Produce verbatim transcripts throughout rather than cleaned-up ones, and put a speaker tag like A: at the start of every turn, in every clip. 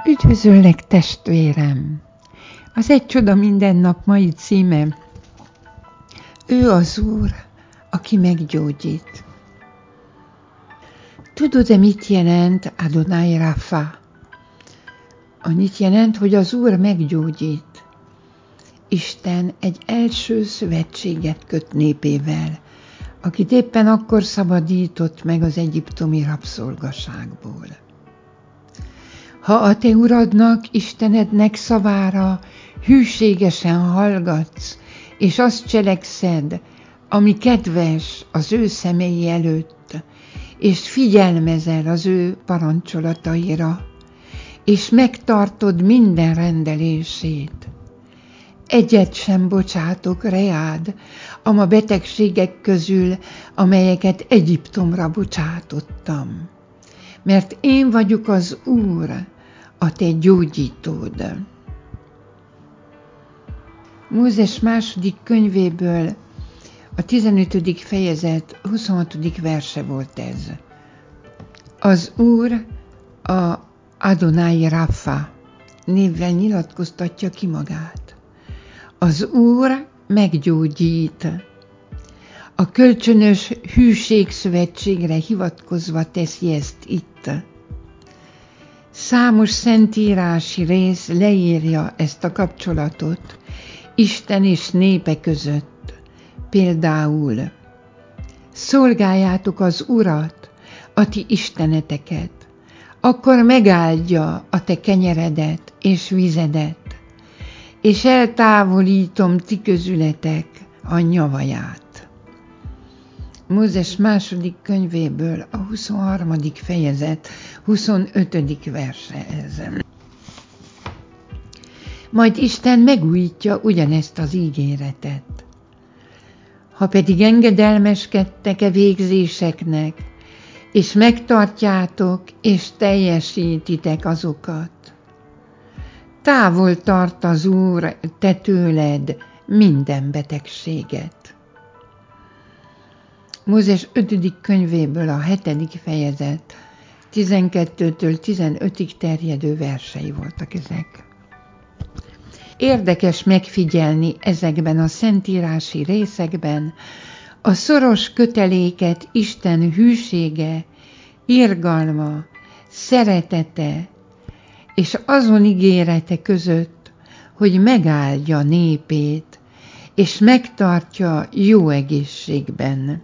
A: Üdvözöllek, testvérem! Az Egy csoda minden nap mai címe: Ő az Úr, aki meggyógyít. Tudod-e, mit jelent Adonai Rafa? Annyit jelent, hogy az Úr meggyógyít. Isten egy első szövetséget köt népével, akit éppen akkor szabadított meg az egyiptomi rabszolgaságból. Ha a te uradnak, Istenednek szavára hűségesen hallgatsz, és azt cselekszed, ami kedves az ő szemei előtt, és figyelmezel az ő parancsolataira, és megtartod minden rendelését, egyet sem bocsátok reád ama betegségek közül, amelyeket Egyiptomra bocsátottam. Mert én vagyok az Úr, a te gyógyítód. Mózes második könyvéből a tizenötödik fejezet huszonhatodik verse volt ez. Az Úr a Adonai Rafa névvel nyilatkoztatja ki magát. Az Úr meggyógyít. A kölcsönös hűségszövetségre hivatkozva teszi ezt itt. Számos szentírási rész leírja ezt a kapcsolatot Isten és népe között. Például: szolgáljátok az Urat, a ti isteneteket, akkor megáldja a te kenyeredet és vizedet, és eltávolítom ti közületek a nyavaját. Mózes második könyvéből a huszonharmadik fejezet huszonötödik verse ez. Majd Isten megújítja ugyanezt az ígéretet. Ha pedig engedelmeskedtek-e végzéseknek, és megtartjátok, és teljesítitek azokat, távol tart az Úr te tőled minden betegséget. Mózes ötödik könyvéből a hetedik fejezet tizenkettőtől tizenötig terjedő versei voltak ezek. Érdekes megfigyelni ezekben a szentírási részekben a szoros köteléket Isten hűsége, irgalma, szeretete és azon ígérete között, hogy megáldja népét és megtartja jó egészségben.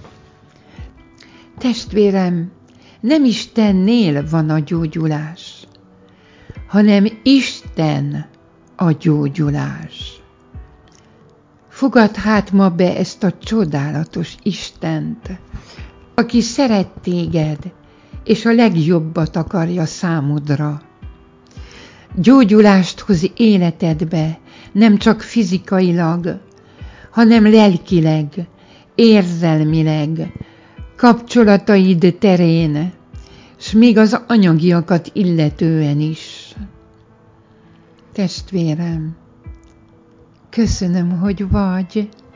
A: Testvérem, nem Istennél van a gyógyulás, hanem Isten a gyógyulás. Fogadd hát ma be ezt a csodálatos Istent, aki szeret téged, és a legjobbat akarja számodra. Gyógyulást hoz életedbe, nem csak fizikailag, hanem lelkileg, érzelmileg, kapcsolataid terén, s még az anyagiakat illetően is. Testvérem, köszönöm, hogy vagy.